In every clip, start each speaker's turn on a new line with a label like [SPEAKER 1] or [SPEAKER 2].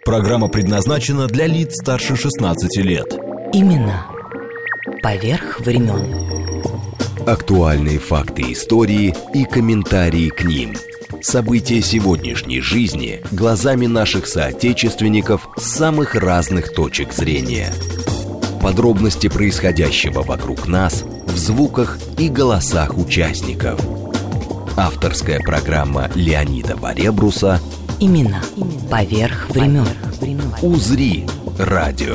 [SPEAKER 1] Программа предназначена для лиц старше 16 лет.
[SPEAKER 2] Имена поверх времен.
[SPEAKER 3] Актуальные факты истории и комментарии к ним. События сегодняшней жизни глазами наших соотечественников с самых разных точек зрения. Подробности происходящего вокруг нас в звуках и голосах участников. Авторская программа Леонида Баребруса
[SPEAKER 2] Имена поверх времен.
[SPEAKER 3] «Узри радио».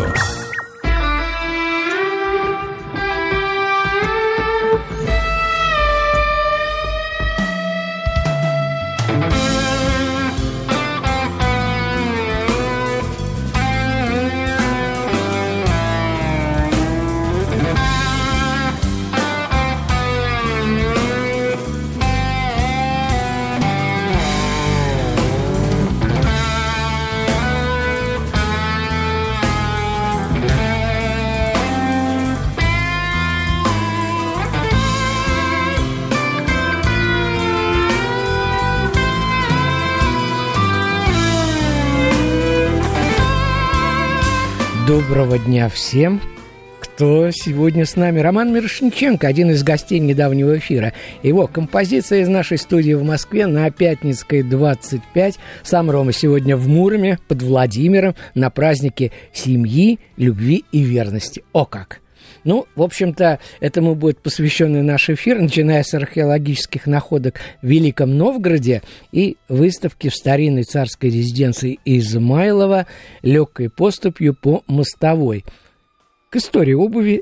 [SPEAKER 4] Доброго дня всем, кто сегодня с нами. Роман Мирошниченко, один из гостей недавнего эфира. Его композиция из нашей студии в Москве на Пятницкой, 25. Сам Рома сегодня в Муроме, под Владимиром, на празднике семьи, любви и верности. О как! Ну, в общем-то, этому будет посвящен наш эфир, начиная с археологических находок в Великом Новгороде и выставки в старинной царской резиденции Измайлова легкой поступью по Мостовой. К истории обуви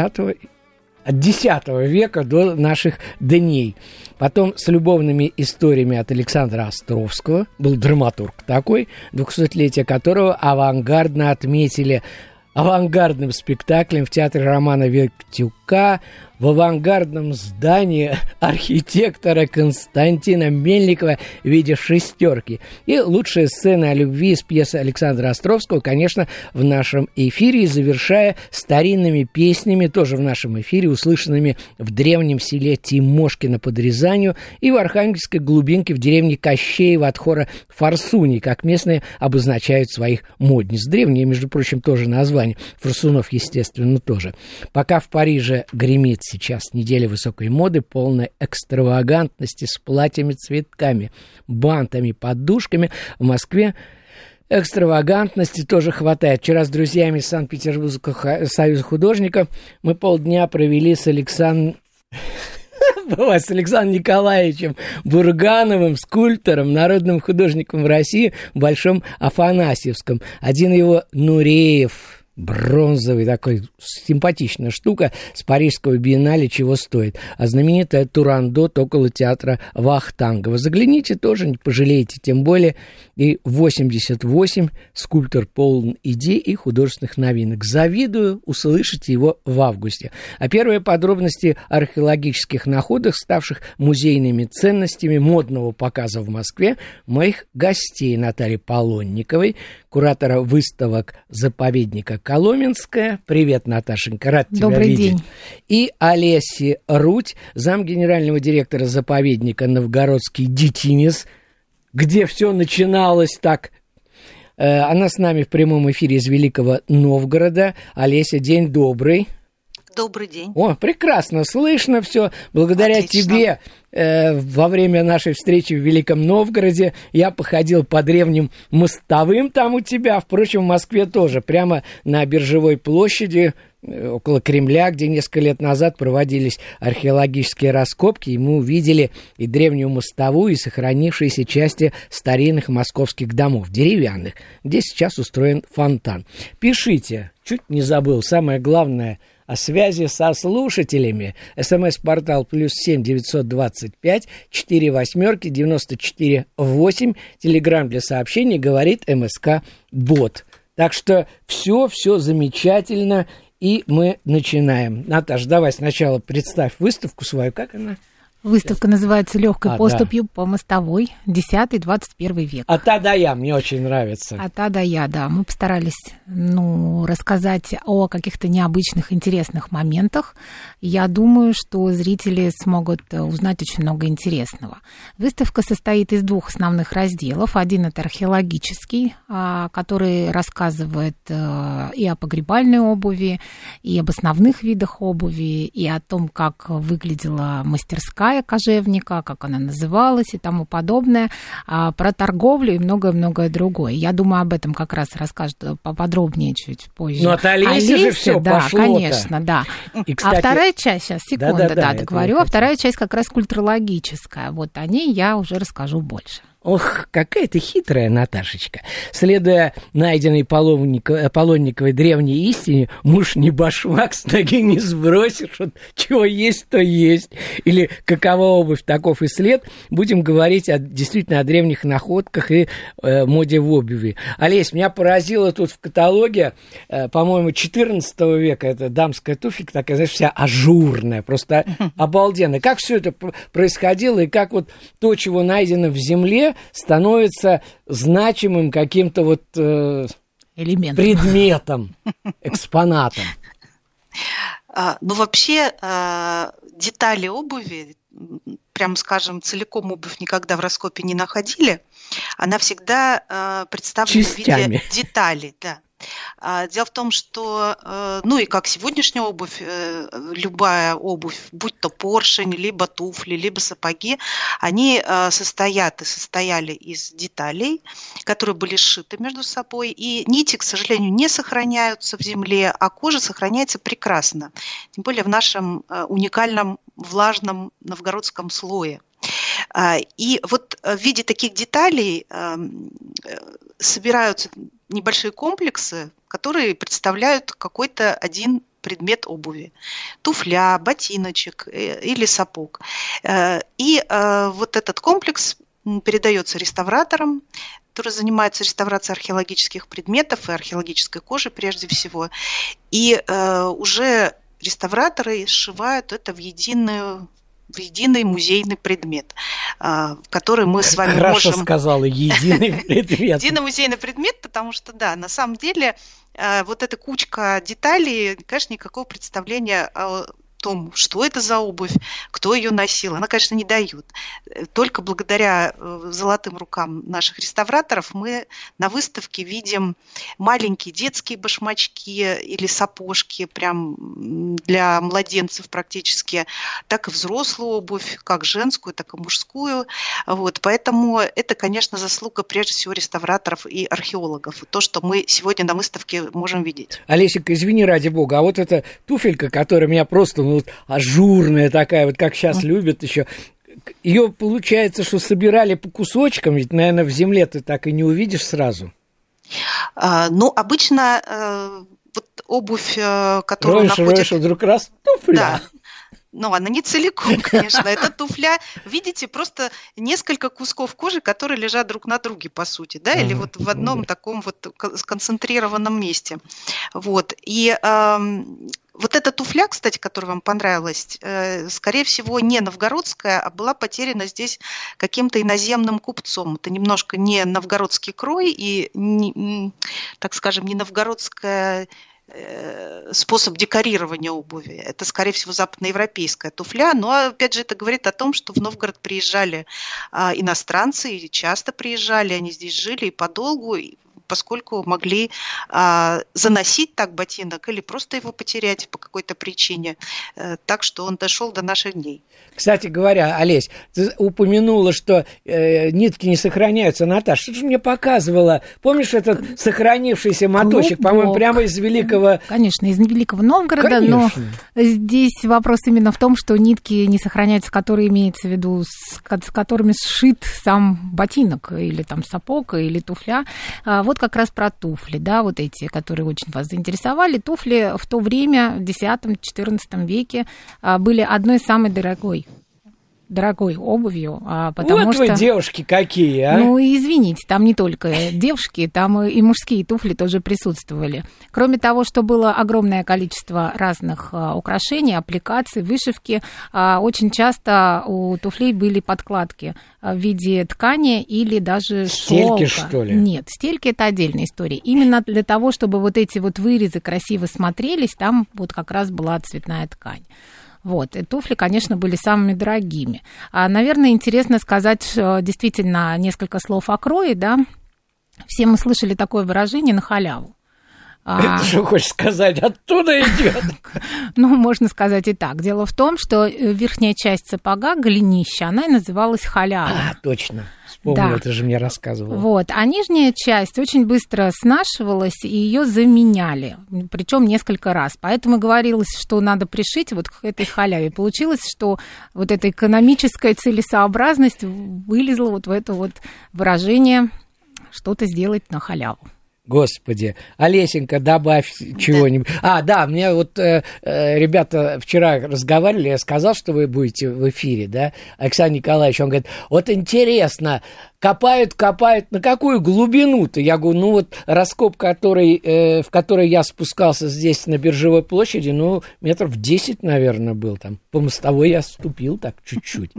[SPEAKER 4] от X века до наших дней. Потом с любовными историями от Александра Островского, был драматург такой, 200-летие которого авангардно отметили авангардным спектаклем в театре Романа Вектюка в авангардном здании архитектора Константина Мельникова в виде шестерки. И лучшая сцена о любви из пьесы Александра Островского, конечно, в нашем эфире, и завершая старинными песнями, тоже в нашем эфире, услышанными в древнем селе Тимошкино под Рязанью и в Архангельской глубинке в деревне Кощеево от хора Форсуни, как местные обозначают своих модниц. Древнее, между прочим, тоже название. Форсунов, естественно, тоже. Пока в Париже гремит сейчас неделя высокой моды, полная экстравагантности с платьями-цветками, бантами, подушками, в Москве экстравагантности тоже хватает. Вчера с друзьями из Санкт-Петербургского союза художников мы полдня провели с Александром Николаевичем Бургановым, скульптором, народным художником в России, в Большом Афанасьевском. Один его Нуреев, бронзовый такой, симпатичная штука, с Парижского биеннале чего стоит. А знаменитая Турандот около театра Вахтангова. Загляните тоже, не пожалеете, тем более. И 88 скульптор полон идей и художественных новинок. Завидую, услышите его в августе. А первые подробности археологических находок, ставших музейными ценностями модного показа в Москве, моих гостей Натальи Полонниковой, куратора выставок заповедника Коломенская. Привет, Наташенька, рад тебя видеть. Добрый день. И Олеси Рудь, замгенерального директора заповедника Новгородский Детинец, где все начиналось так. Она с нами в прямом эфире из Великого Новгорода. Олеся, день добрый.
[SPEAKER 5] Добрый день.
[SPEAKER 4] О, прекрасно слышно все. Благодаря тебе во время нашей встречи в Великом Новгороде я походил по древним мостовым там у тебя. Впрочем, в Москве тоже. Прямо на Биржевой площади, около Кремля, где несколько лет назад проводились археологические раскопки, и мы увидели и древнюю мостовую, и сохранившиеся части старинных московских домов, деревянных, где сейчас устроен фонтан. Пишите, чуть не забыл, самое главное – о связи со слушателями. СМС-портал +7 925 4 восьмерки 94 8. Телеграм для сообщений, говорит МСК-бот. Так что все замечательно, и мы начинаем. Наташ, давай сначала представь выставку свою, как она?
[SPEAKER 5] Выставка называется «Легкой поступью по мостовой. 10-21 век».
[SPEAKER 4] От А до Я мне очень нравится.
[SPEAKER 5] От А до Я, да. Мы постарались, рассказать о каких-то необычных, интересных моментах. Я думаю, что зрители смогут узнать очень много интересного. Выставка состоит из двух основных разделов. Один – это археологический, который рассказывает и о погребальной обуви, и об основных видах обуви, и о том, как выглядела мастерская кожевника, как она называлась и тому подобное, про торговлю и многое-многое другое. Я думаю, об этом как раз расскажет поподробнее чуть позже.
[SPEAKER 4] Ну, от Олеси же все
[SPEAKER 5] да,
[SPEAKER 4] пошло-то.
[SPEAKER 5] Конечно, да.
[SPEAKER 4] И, кстати...
[SPEAKER 5] А вторая часть, сейчас, секунду, договорю, а вторая часть как раз культурологическая. Вот о ней я уже расскажу больше.
[SPEAKER 4] Ох, какая ты хитрая, Наташечка. Следуя найденной Полонниковой древней истине, муж не башмак, с ноги не сбросишь, вот чего есть, то есть. Или какова обувь, таков и след. Будем говорить действительно о древних находках и моде в обуви. Олесь, меня поразило тут в каталоге, по-моему, 14 века, это дамская туфелька такая, знаешь, вся ажурная, просто обалденная. Как все это происходило и как вот то, чего найдено в земле, становится значимым каким-то вот предметом, экспонатом.
[SPEAKER 6] Вообще детали обуви, прям скажем, целиком обувь никогда в раскопе не находили. Она всегда представлена
[SPEAKER 4] частями.
[SPEAKER 6] В виде деталей, да. Дело в том, что, и как сегодняшняя обувь, любая обувь, будь то поршень, либо туфли, либо сапоги, они состояли из деталей, которые были сшиты между собой, и нити, к сожалению, не сохраняются в земле, а кожа сохраняется прекрасно, тем более в нашем уникальном влажном новгородском слое. И вот в виде таких деталей собираются небольшие комплексы, которые представляют какой-то один предмет обуви. Туфля, ботиночек или сапог. И вот этот комплекс передается реставраторам, которые занимаются реставрацией археологических предметов и археологической кожи прежде всего. И уже реставраторы сшивают это в единый музейный предмет, который мы с вами
[SPEAKER 4] Хорошо
[SPEAKER 6] можем...
[SPEAKER 4] сказала, единый предмет.
[SPEAKER 6] Единый музейный предмет, потому что, да, на самом деле, вот эта кучка деталей, конечно, никакого представления о том, что это за обувь, кто ее носил, она, конечно, не дает. Только благодаря золотым рукам наших реставраторов мы на выставке видим маленькие детские башмачки или сапожки, прям для младенцев практически, так и взрослую обувь, как женскую, так и мужскую. Вот. Поэтому это, конечно, заслуга прежде всего реставраторов и археологов. То, что мы сегодня на выставке можем видеть.
[SPEAKER 4] Олесик, извини, ради бога, а вот эта туфелька, которая меня просто ажурная такая, вот как сейчас любят еще, ее, получается, что собирали по кусочкам, ведь, наверное, в земле ты так и не увидишь сразу.
[SPEAKER 6] Обычно вот обувь, которую
[SPEAKER 4] Роешь, вдруг раз, туфля.
[SPEAKER 6] Да. Но она не целиком, конечно. Это туфля, видите, просто несколько кусков кожи, которые лежат друг на друге, по сути, да, или вот в одном таком вот сконцентрированном месте. Вот. И вот эта туфля, кстати, которая вам понравилась, скорее всего, не новгородская, а была потеряна здесь каким-то иноземным купцом. Это немножко не новгородский крой и, так скажем, не новгородская способ декорирования обуви. Это, скорее всего, западноевропейская туфля, но, опять же, это говорит о том, что в Новгород приезжали иностранцы, и часто приезжали, они здесь жили и подолгу, поскольку могли заносить так ботинок или просто его потерять по какой-то причине, так что он дошел до наших дней.
[SPEAKER 4] Кстати говоря, Олесь, ты упомянула, что нитки не сохраняются. Наташа, что же мне показывала? Помнишь этот сохранившийся моточек, по-моему, прямо из Великого...
[SPEAKER 5] Конечно, из Великого Новгорода,
[SPEAKER 4] Конечно.
[SPEAKER 5] Но здесь вопрос именно в том, что нитки не сохраняются, которые имеется в виду, с которыми сшит сам ботинок, или там сапог, или туфля. Вот как раз про туфли, да, вот эти, которые очень вас заинтересовали. Туфли в то время, в X-XIV веке, были одной самой дорогой дорогой обувью, потому
[SPEAKER 4] вот
[SPEAKER 5] что...
[SPEAKER 4] вы девушки какие, а?
[SPEAKER 5] Ну, извините, там не только девушки, там и мужские туфли тоже присутствовали. Кроме того, что было огромное количество разных украшений, аппликаций, вышивки, очень часто у туфлей были подкладки в виде ткани или даже
[SPEAKER 4] стельки,
[SPEAKER 5] шелка.
[SPEAKER 4] Что ли?
[SPEAKER 5] Нет, стельки — это отдельная история. Именно для того, чтобы вот эти вот вырезы красиво смотрелись, там вот как раз была цветная ткань. Вот, и туфли, конечно, были самыми дорогими. Наверное, интересно сказать действительно несколько слов о крое, да. Все мы слышали такое выражение «на халяву».
[SPEAKER 4] Это что хочешь сказать? Оттуда идет?
[SPEAKER 5] Ну, можно сказать и так. Дело в том, что верхняя часть сапога, голенища, она и называлась халява.
[SPEAKER 4] Точно. Вспомнил, это же мне рассказывала.
[SPEAKER 5] Вот, а нижняя часть очень быстро снашивалась, и ее заменяли, причем несколько раз. Поэтому говорилось, что надо пришить вот к этой халяве. Получилось, что вот эта экономическая целесообразность вылезла вот в это вот выражение «что-то сделать на халяву».
[SPEAKER 4] Господи, Олесенька, добавь чего-нибудь. Да, мне вот ребята вчера разговаривали, я сказал, что вы будете в эфире, да, Александр Николаевич, он говорит, вот интересно, копают, на какую глубину-то? Я говорю, ну вот раскоп, в который я спускался здесь на Биржевой площади, ну, метров 10, наверное, был там. По мостовой я ступил так чуть-чуть.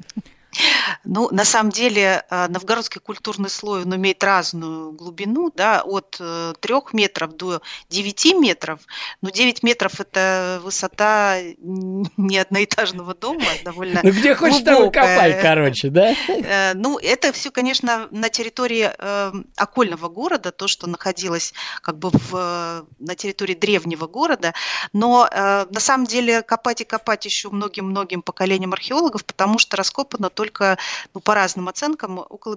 [SPEAKER 6] Ну, на самом деле, новгородский культурный слой, он имеет разную глубину, да, от 3 метров до 9 метров. Но 9 метров – это высота не одноэтажного дома, довольно глубокая.
[SPEAKER 4] Ну, где хочешь, там и копай, короче, да?
[SPEAKER 6] Ну, это все, конечно, на территории окольного города, то, что находилось как бы на территории древнего города. Но на самом деле копать и копать еще многим-многим поколениям археологов, потому что раскопано только, ну, по разным оценкам, около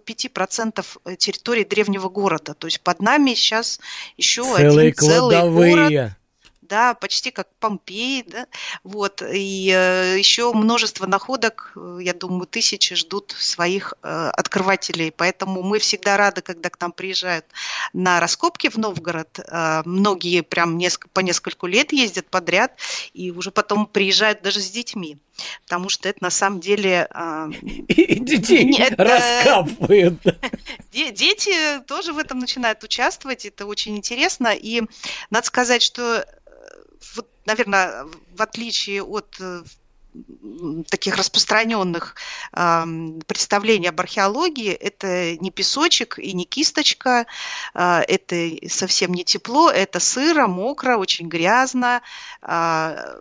[SPEAKER 6] 5% территории древнего города. То есть под нами сейчас еще один целый город. Да, почти как Помпеи, да, вот, и еще множество находок, я думаю, тысячи ждут своих открывателей, поэтому мы всегда рады, когда к нам приезжают на раскопки в Новгород, многие прям по нескольку лет ездят подряд, и уже потом приезжают даже с детьми, потому что это на самом деле...
[SPEAKER 4] И детей раскапывают.
[SPEAKER 6] Дети тоже в этом начинают участвовать, это очень интересно, и надо сказать, что вот, наверное, в отличие от таких распространенных представлений об археологии, это не песочек и не кисточка, это совсем не тепло, это сыро, мокро, очень грязно, в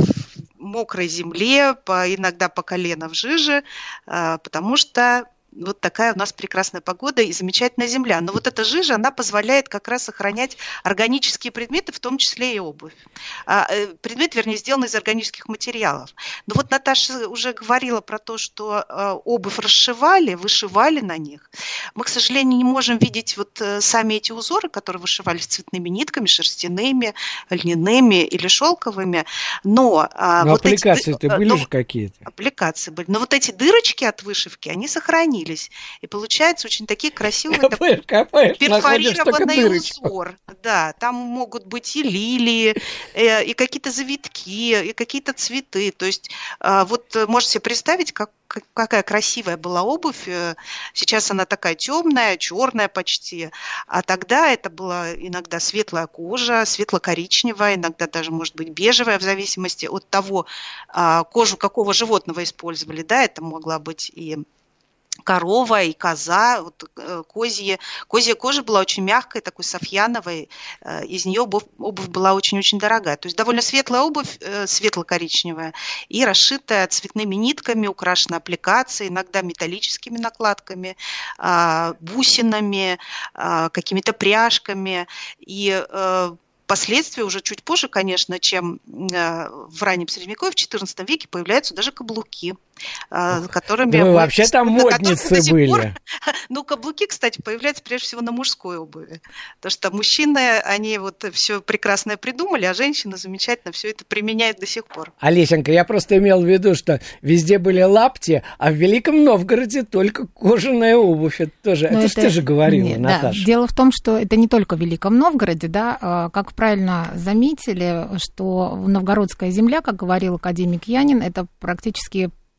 [SPEAKER 6] мокрой земле, иногда по колено в жиже, потому что вот такая у нас прекрасная погода и замечательная земля. Но вот эта жижа, она позволяет как раз сохранять органические предметы, в том числе и обувь. Предмет, вернее, сделан из органических материалов. Но вот Наташа уже говорила про то, что обувь расшивали, вышивали на них. Мы, к сожалению, не можем видеть вот сами эти узоры, которые вышивались цветными нитками, шерстяными, льняными или шелковыми. Но вот
[SPEAKER 4] аппликации-то были же какие-то?
[SPEAKER 6] Аппликации были. Но вот эти дырочки от вышивки, они сохранились. И получается очень такие красивые перфорированный узор. Да, там могут быть и лилии, и какие-то завитки, и какие-то цветы. То есть вот можете себе представить, какая красивая была обувь. Сейчас она такая темная, черная почти. А тогда это была иногда светлая кожа, светло-коричневая, иногда даже, может быть, бежевая, в зависимости от того, кожу какого животного использовали. Да, это могла быть и корова, и коза, вот, козья кожа была очень мягкой, такой софьяновой, из нее обувь была очень-очень дорогая. То есть довольно светлая обувь, светло-коричневая, и расшитая цветными нитками, украшена аппликацией, иногда металлическими накладками, бусинами, какими-то пряжками, и впоследствии, уже чуть позже, конечно, чем в раннем Средневековье, в XIV веке появляются даже каблуки, которыми...
[SPEAKER 4] Вы вообще там модницы были.
[SPEAKER 6] Ну, каблуки, кстати, появляются прежде всего на мужской обуви. Потому что мужчины, они вот все прекрасное придумали, а женщины замечательно все это применяют до сих пор.
[SPEAKER 4] Олесенька, я просто имел в виду, что везде были лапти, а в Великом Новгороде только кожаная обувь. Это тоже, это же ты же говорила, Наташа.
[SPEAKER 5] Да. Дело в том, что это не только в Великом Новгороде, да, как правильно заметили, что новгородская земля, как говорил академик Янин, это практически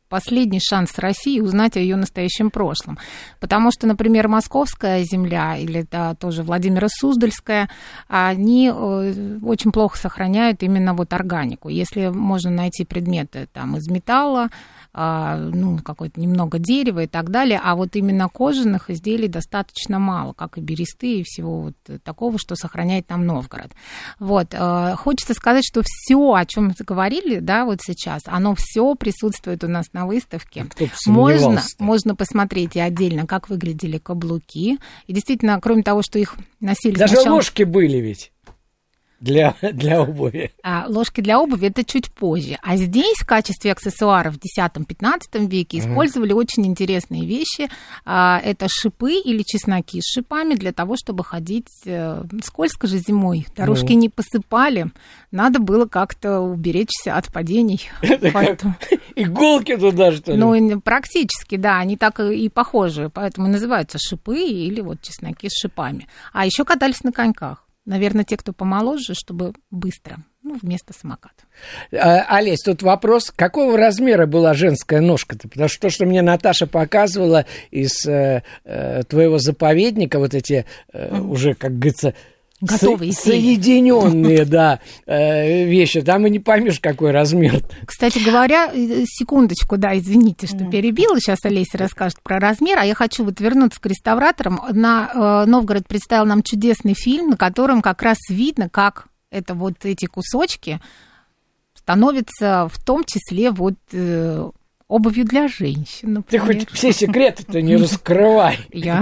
[SPEAKER 5] последний шанс России узнать о ее настоящем прошлом. Потому что, например, Московская земля или тоже Владимира Суздальская, они очень плохо сохраняют именно вот органику. Если можно найти предметы там из металла, какое-то немного дерева и так далее, а вот именно кожаных изделий достаточно мало, как и бересты и всего вот такого, что сохраняет там Новгород. Вот. Хочется сказать, что все, о чем мы говорили, да, вот сейчас, оно все присутствует у нас на выставке. Можно посмотреть и отдельно, как выглядели каблуки. И действительно, кроме того, что их носили...
[SPEAKER 4] Даже сначала... ложки были ведь. Для обуви.
[SPEAKER 5] Ложки для обуви – это чуть позже. А здесь в качестве аксессуаров в X-XV веке использовали очень интересные вещи. Это шипы или чесноки с шипами для того, чтобы ходить скользко же зимой. Дорожки не посыпали. Надо было как-то уберечься от падений.
[SPEAKER 4] Иголки туда, что ли?
[SPEAKER 5] Ну, практически, да. Они так и похожи. Поэтому называются шипы или вот чесноки с шипами. А еще катались на коньках. Наверное, те, кто помоложе, чтобы быстро, вместо самоката.
[SPEAKER 4] Олесь, тут вопрос, какого размера была женская ножка-то? Потому что то, что мне Наташа показывала из твоего заповедника, вот эти уже, как говорится,
[SPEAKER 5] готовые
[SPEAKER 4] соединенные, да, вещи. Там и не поймешь, какой размер.
[SPEAKER 5] Кстати говоря, секундочку, да, извините, что перебила. Сейчас Олеся расскажет про размер, а я хочу вот вернуться к реставраторам. Новгород представил нам чудесный фильм, на котором как раз видно, как это вот эти кусочки становятся в том числе вот обувью для женщин, например.
[SPEAKER 4] Ты хоть все секреты-то не раскрывай.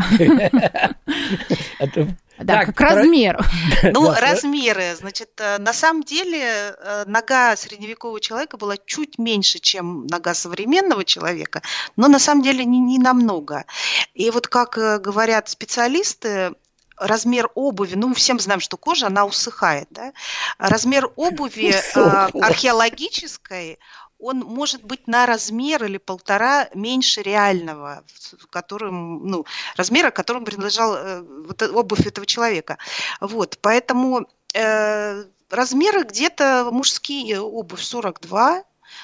[SPEAKER 5] Да, так, к размеру.
[SPEAKER 6] Размеры. Значит, на самом деле нога средневекового человека была чуть меньше, чем нога современного человека, но на самом деле не намного. И вот как говорят специалисты, размер обуви, мы всем знаем, что кожа, она усыхает, да? Размер обуви археологической, он может быть на размер или полтора меньше реального, размера, которому принадлежала обувь этого человека. Вот, поэтому размеры где-то мужские обувь 42,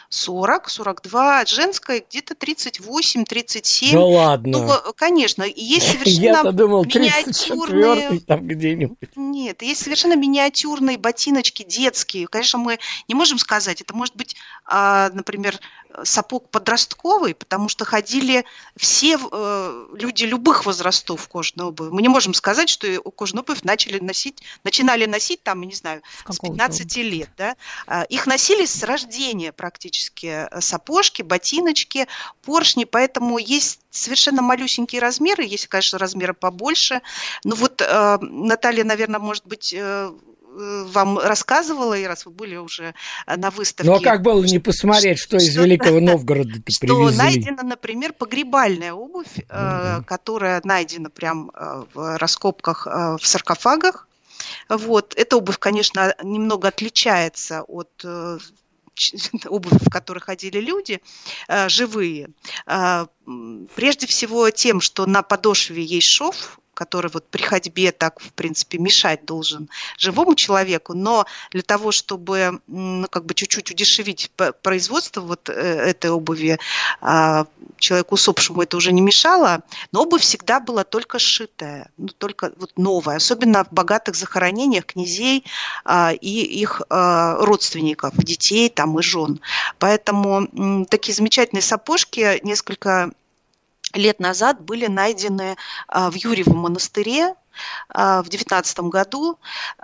[SPEAKER 6] женская где-то 38-37.
[SPEAKER 4] Да ладно.
[SPEAKER 6] Конечно, есть совершенно
[SPEAKER 4] миниатюрные... там где-нибудь.
[SPEAKER 6] Нет, есть совершенно миниатюрные ботиночки детские. Конечно, мы не можем сказать, это может быть, например, сапог подростковый, потому что ходили все люди любых возрастов в кожаной обуви. Мы не можем сказать, что кожаную обувь начинали носить там, не знаю, с 15 лет. Да? Их носили с рождения практически сапожки, ботиночки, поршни, поэтому есть совершенно малюсенькие размеры, есть, конечно, размеры побольше. Ну вот Наталья, наверное, может быть, вам рассказывала, и раз вы были уже на выставке.
[SPEAKER 4] Ну, а как было не посмотреть, что из Великого Новгорода привезли?
[SPEAKER 6] Что найдена, например, погребальная обувь, которая найдена прям в раскопках в саркофагах. Вот. Эта обувь, конечно, немного отличается от обувь, в которой ходили люди, живые. Прежде всего тем, что на подошве есть шов, который вот при ходьбе так, в принципе, мешать должен живому человеку, но для того, чтобы чуть-чуть удешевить производство вот этой обуви, человеку усопшему это уже не мешало, но обувь всегда была только сшитая, только вот новая, особенно в богатых захоронениях князей и их родственников, детей там, и жен. Поэтому такие замечательные сапожки несколько лет назад были найдены в Юрьевом монастыре в 19 году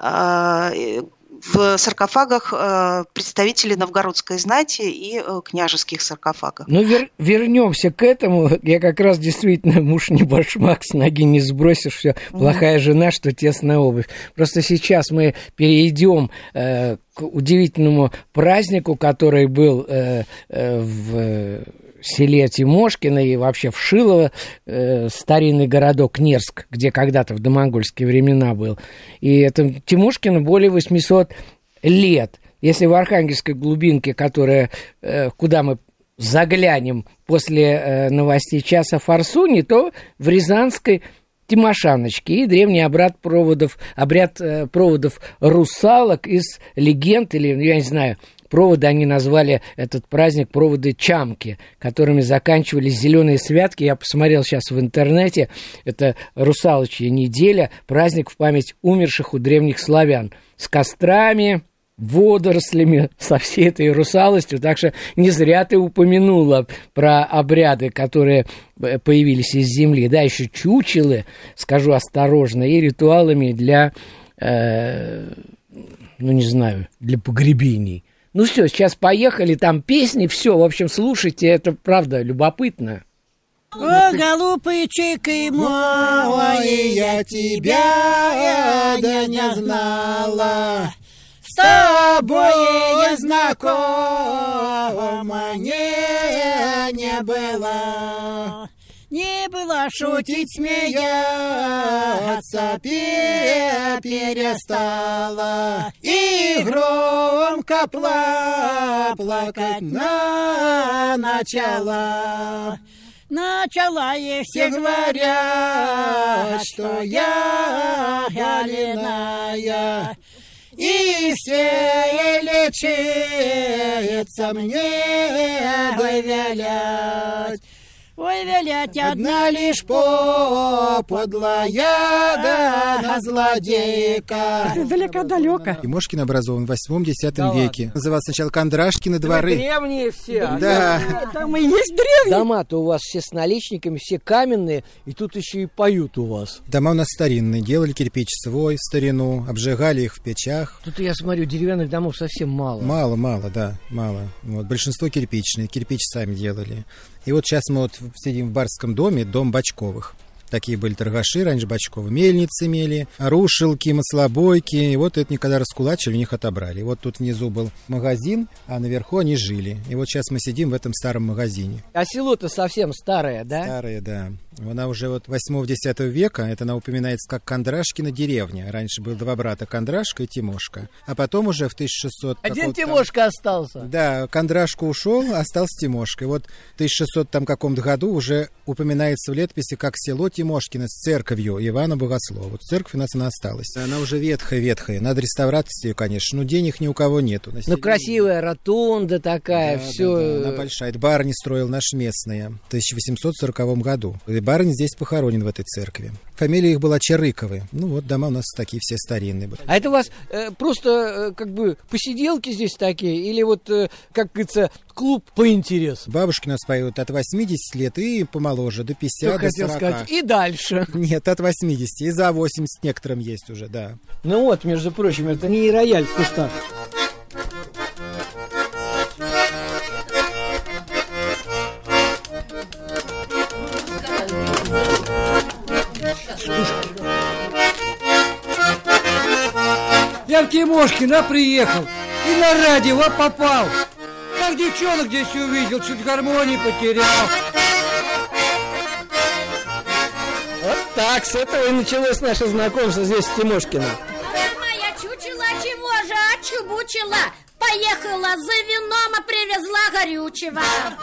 [SPEAKER 6] в саркофагах представителей новгородской знати и княжеских саркофагах.
[SPEAKER 4] Ну, вернемся к этому. Я как раз действительно муж не башмак, с ноги не сбросишь, все. Плохая жена, что тесная обувь. Просто сейчас мы перейдем к удивительному празднику, который был в селе Тимошкино и вообще в Шилово, старинный городок Нерск, где когда-то в домонгольские времена был. И это Тимошкино более 800 лет. Если в Архангельской глубинке, куда мы заглянем после новостей часа Форсуни, то в Рязанской Тимошаночке и древний обряд проводов русалок из легенд или, я не знаю, проводы, они назвали этот праздник проводы Чамки, которыми заканчивались зеленые святки. Я посмотрел сейчас в интернете, это русалочья неделя, праздник в память умерших у древних славян, с кострами, водорослями, со всей этой русалостью. Так что не зря ты упомянула про обряды, которые появились из земли. Да, еще чучелы, скажу осторожно, и ритуалами для, не знаю, для погребений. Ну все, сейчас поехали, там песни, все, в общем, слушайте, это правда любопытно.
[SPEAKER 7] О, голубчик мой, я тебя не знала. С тобой я знакома не была. Не было шутить, смеяться перестала. И громко плакать начала. Начала, и все говорят, что я галиная. И все лечится мне вывелять. Ой, велять одна лишь подлая да злодейка.
[SPEAKER 8] Это далеко-далеко.
[SPEAKER 7] Тимошкин образован в 8-10 веке. Назывался сначала Кондрашкины дворы.
[SPEAKER 4] Древние все.
[SPEAKER 7] Да.
[SPEAKER 8] Там и есть древние.
[SPEAKER 4] Дома-то у вас все с наличниками, все каменные, и тут еще и поют у вас.
[SPEAKER 7] Дома у нас старинные. Делали кирпич свой в старину, обжигали их в печах.
[SPEAKER 4] Тут, я смотрю, деревянных домов совсем мало.
[SPEAKER 7] Мало, да, мало. Вот, большинство кирпичные, кирпич сами делали. И вот сейчас мы вот сидим в барском доме, дом Бочковых. Такие были торгаши раньше Бочковы. Мельницы имели, рушилки, маслобойки. И вот это никогда раскулачили, у них отобрали. И вот тут внизу был магазин, а наверху они жили. И вот сейчас мы сидим в этом старом магазине.
[SPEAKER 4] А село-то совсем старое, да?
[SPEAKER 7] Старое, да. Она уже вот 8-10 века, это она упоминается как Кондрашкина деревня. Раньше было два брата, Кондрашка и Тимошка. А потом уже в 1600...
[SPEAKER 4] Один Тимошка остался.
[SPEAKER 7] Да, Кондрашка ушел, остался Тимошка. И вот в 1600 там каком-то году уже упоминается в летописи как село Тимошкино с церковью Ивана Богослова. Вот церковь у нас она осталась. Она уже ветхая. Надо реставрировать ее, конечно. Но денег ни у кого нету.
[SPEAKER 4] Ну, красивая ротонда такая,
[SPEAKER 7] да,
[SPEAKER 4] все.
[SPEAKER 7] Да, она большая. Это барыня строил наш местная в 1840 году. И барыня здесь похоронен в этой церкви. Фамилия их была Чарыковы. Ну, вот дома у нас такие все старинные.
[SPEAKER 4] А это у вас просто как бы посиделки здесь такие? Или вот, как говорится, клуб по интересу?
[SPEAKER 7] Бабушки у нас поют от 80 лет и помоложе, до 50,
[SPEAKER 4] что
[SPEAKER 7] до 40.
[SPEAKER 4] Хотел сказать, и дальше.
[SPEAKER 7] Нет, от 80. И за 80 некоторым есть уже, да.
[SPEAKER 4] Ну вот, между прочим, это не рояль в кустах.
[SPEAKER 9] Я в Тимошкина приехал и на радио попал. Как девчонок здесь увидел, чуть гармонии потерял.
[SPEAKER 4] Вот так, с этого и началось наше знакомство здесь с Тимошкиным.
[SPEAKER 10] Моя чучела чего же отчубучила? Поехала за вином, а привезла горючего.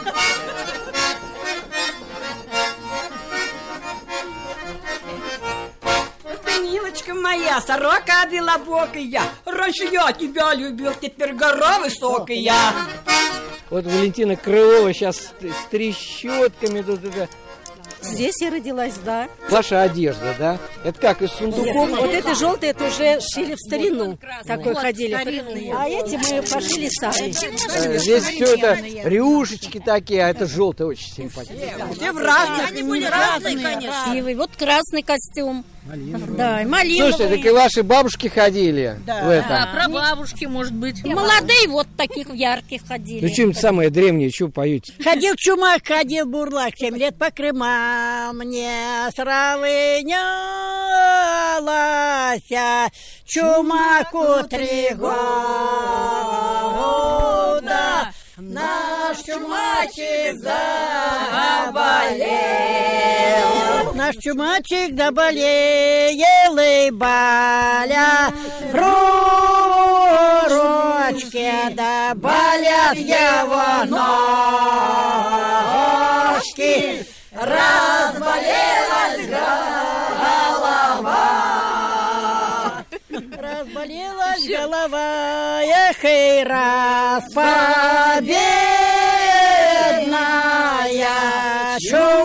[SPEAKER 8] Милочка моя, сорока белобокая, раньше я тебя любил, теперь гора высокая.
[SPEAKER 4] Вот Валентина Крылова сейчас с трещотками тут.
[SPEAKER 11] Здесь я родилась, да.
[SPEAKER 4] Ваша одежда, да? Это как, из сундуков?
[SPEAKER 11] Вот это желтое, это уже шили в старину. Такой вот, ходили. А эти мы пошили сами.
[SPEAKER 4] Здесь все это рюшечки такие, а это желтое очень симпатично.
[SPEAKER 8] Все в разных.
[SPEAKER 10] Они были разные, конечно.
[SPEAKER 11] И вот красный костюм.
[SPEAKER 7] Малиновый.
[SPEAKER 11] Да, и малиновый.
[SPEAKER 4] Слушайте, так и ваши бабушки ходили в этом.
[SPEAKER 10] Да, прабабушки, может быть.
[SPEAKER 11] Молодые вот таких ярких ходили.
[SPEAKER 4] Ну, чем самое древнее, что поете?
[SPEAKER 8] Ходил чумак, ходил бурлак, 7 лет по Крымам мне сравнялась. Чумаку 3 года. Наш чумачик заболел. Наш чумачик заболел и боля. Ручки да болят его ножки. Разболелась голова.
[SPEAKER 11] Разболелась голова, эх, и раз победная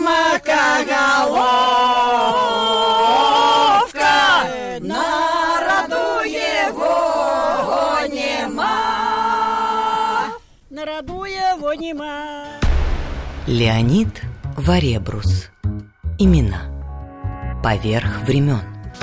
[SPEAKER 11] чумакоголовка, народу его нема, народу его нема.
[SPEAKER 2] Леонид Варебрус. Имена. Поверх времен.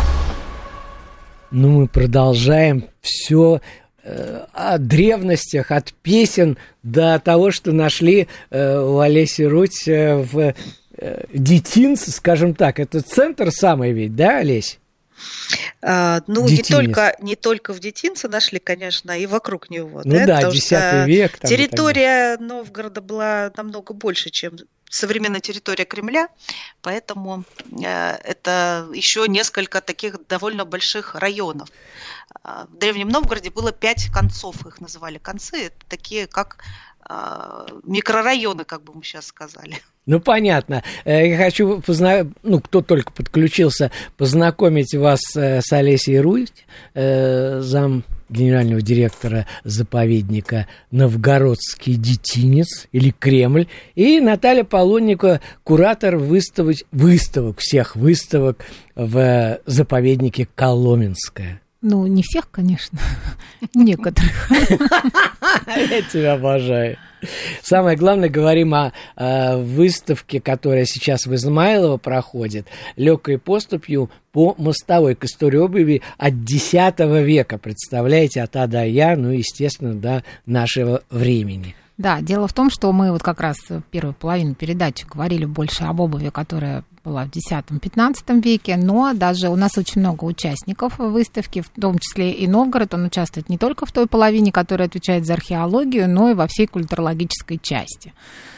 [SPEAKER 4] Ну, мы продолжаем все о древностях, от песен до того, что нашли у Олеси Руть в Детинце, скажем так. Это центр самый ведь, да, Олесь?
[SPEAKER 6] Ну, не только в Детинце нашли, конечно, и вокруг него.
[SPEAKER 4] Ну да, X век.
[SPEAKER 6] Там территория Новгорода была намного больше, чем современная территория Кремля, поэтому это еще несколько таких довольно больших районов. В Древнем Новгороде было 5 концов, их называли концы, это такие как микрорайоны, как бы мы сейчас сказали.
[SPEAKER 4] Ну, понятно. Я хочу, кто только подключился, познакомить вас с Олесей Руть, зам генерального директора заповедника Новгородский Детинец или Кремль, и Наталья Полонникова, куратор всех выставок в заповеднике Коломенское.
[SPEAKER 5] Ну, не всех, конечно, некоторых.
[SPEAKER 4] Я тебя обожаю. Самое главное, говорим о выставке, которая сейчас в Измайлово проходит, легкой поступью по мостовой к истории обуви от X века, представляете, от А до Я, ну, естественно, до нашего времени.
[SPEAKER 5] Да, дело в том, что мы вот как раз в первую половину передачи говорили больше об обуви, которая была в X-XV веке, но даже у нас очень много участников выставки, в том числе и Новгород, он участвует не только в той половине, которая отвечает за археологию, но и во всей культурологической части.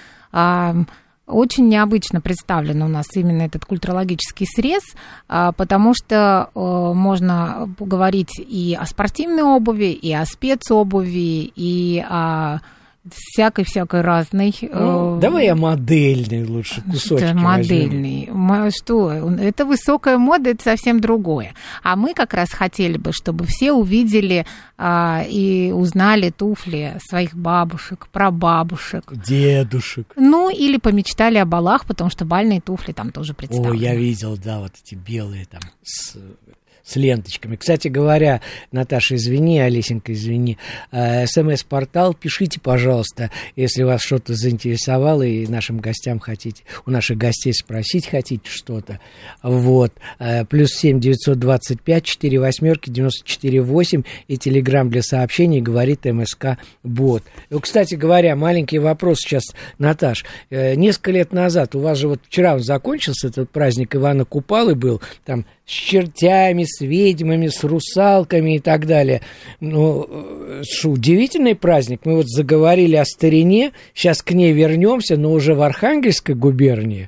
[SPEAKER 5] Очень необычно представлен у нас именно этот культурологический срез, потому что можно говорить и о спортивной обуви, и о спецобуви, и о всякой разной.
[SPEAKER 4] Давай я модельный лучше кусочки
[SPEAKER 5] модельный. Что? Это высокая мода, это совсем другое. А мы как раз хотели бы, чтобы все увидели и узнали туфли своих бабушек, прабабушек,
[SPEAKER 4] дедушек.
[SPEAKER 5] Ну, или помечтали о балах, потому что бальные туфли там тоже представлены.
[SPEAKER 4] О, я видел, да, вот эти белые там с ленточками. Кстати говоря, Наташа, извини, Олесенька, извини, СМС-портал, пишите, пожалуйста, если вас что-то заинтересовало и нашим гостям хотите, у наших гостей спросить хотите что-то. Вот. +7 925 48 94 8 и телеграм для сообщений, говорит МСК Бот. Кстати говоря, маленький вопрос сейчас, Наташ. Несколько лет назад, у вас же вот вчера он закончился, этот праздник Ивана Купалы был, там с чертями, с ведьмами, с русалками и так далее. Ну, удивительный праздник. Мы вот заговорили о старине, сейчас к ней вернемся, но уже в Архангельской губернии.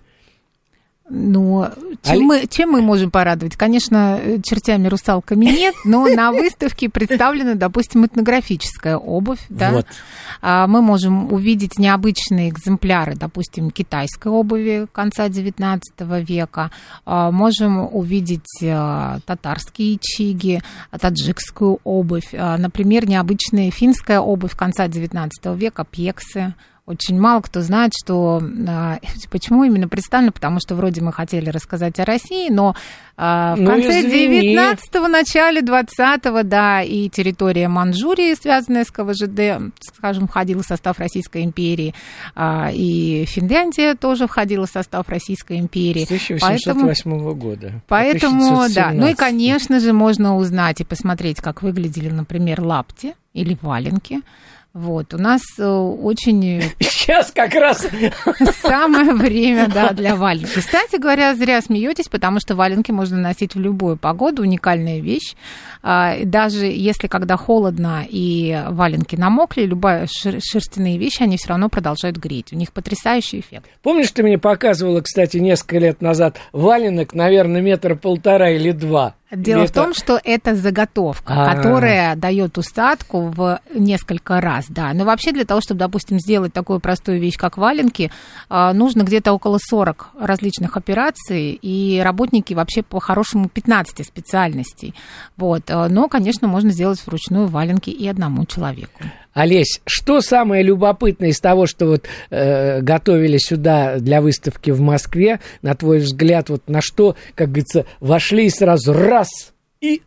[SPEAKER 5] Ну, чем мы можем порадовать? Конечно, чертями, русалками нет, но на выставке представлена, допустим, этнографическая обувь. Да? Вот. Мы можем увидеть необычные экземпляры, допустим, китайской обуви конца XIX века. Можем увидеть татарские чиги, таджикскую обувь. Например, необычная финская обувь конца XIX века, пексы. Очень мало кто знает, что... Почему именно представлено? Потому что вроде мы хотели рассказать о России, но в конце 19-го, начале 20-го, да, и территория Манчжурии, связанная с КВЖД, скажем, входила в состав Российской империи, и Финляндия тоже входила в состав Российской империи.
[SPEAKER 4] С 1808 года.
[SPEAKER 5] Поэтому, да. Ну и, конечно же, можно узнать и посмотреть, как выглядели, например, лапти или валенки. Вот, у нас очень...
[SPEAKER 4] Сейчас как раз...
[SPEAKER 5] Самое время, да, для валенки. Кстати говоря, зря смеетесь, потому что валенки можно носить в любую погоду, уникальная вещь. Даже если когда холодно и валенки намокли, любые шерстяные вещи, они все равно продолжают греть. У них потрясающий эффект.
[SPEAKER 4] Помнишь, ты мне показывала, кстати, несколько лет назад валенок, наверное, 1,5 метра или 2?
[SPEAKER 5] Дело в том, что это заготовка, которая дает усадку в несколько раз сейчас, да. Но вообще для того, чтобы, допустим, сделать такую простую вещь, как валенки, нужно где-то около 40 различных операций, и работники вообще по-хорошему 15 специальностей. Вот. Но, конечно, можно сделать вручную валенки и одному человеку.
[SPEAKER 4] Олесь, что самое любопытное из того, что вот готовили сюда для выставки в Москве, на твой взгляд, вот на что, как говорится, вошли сразу раз и...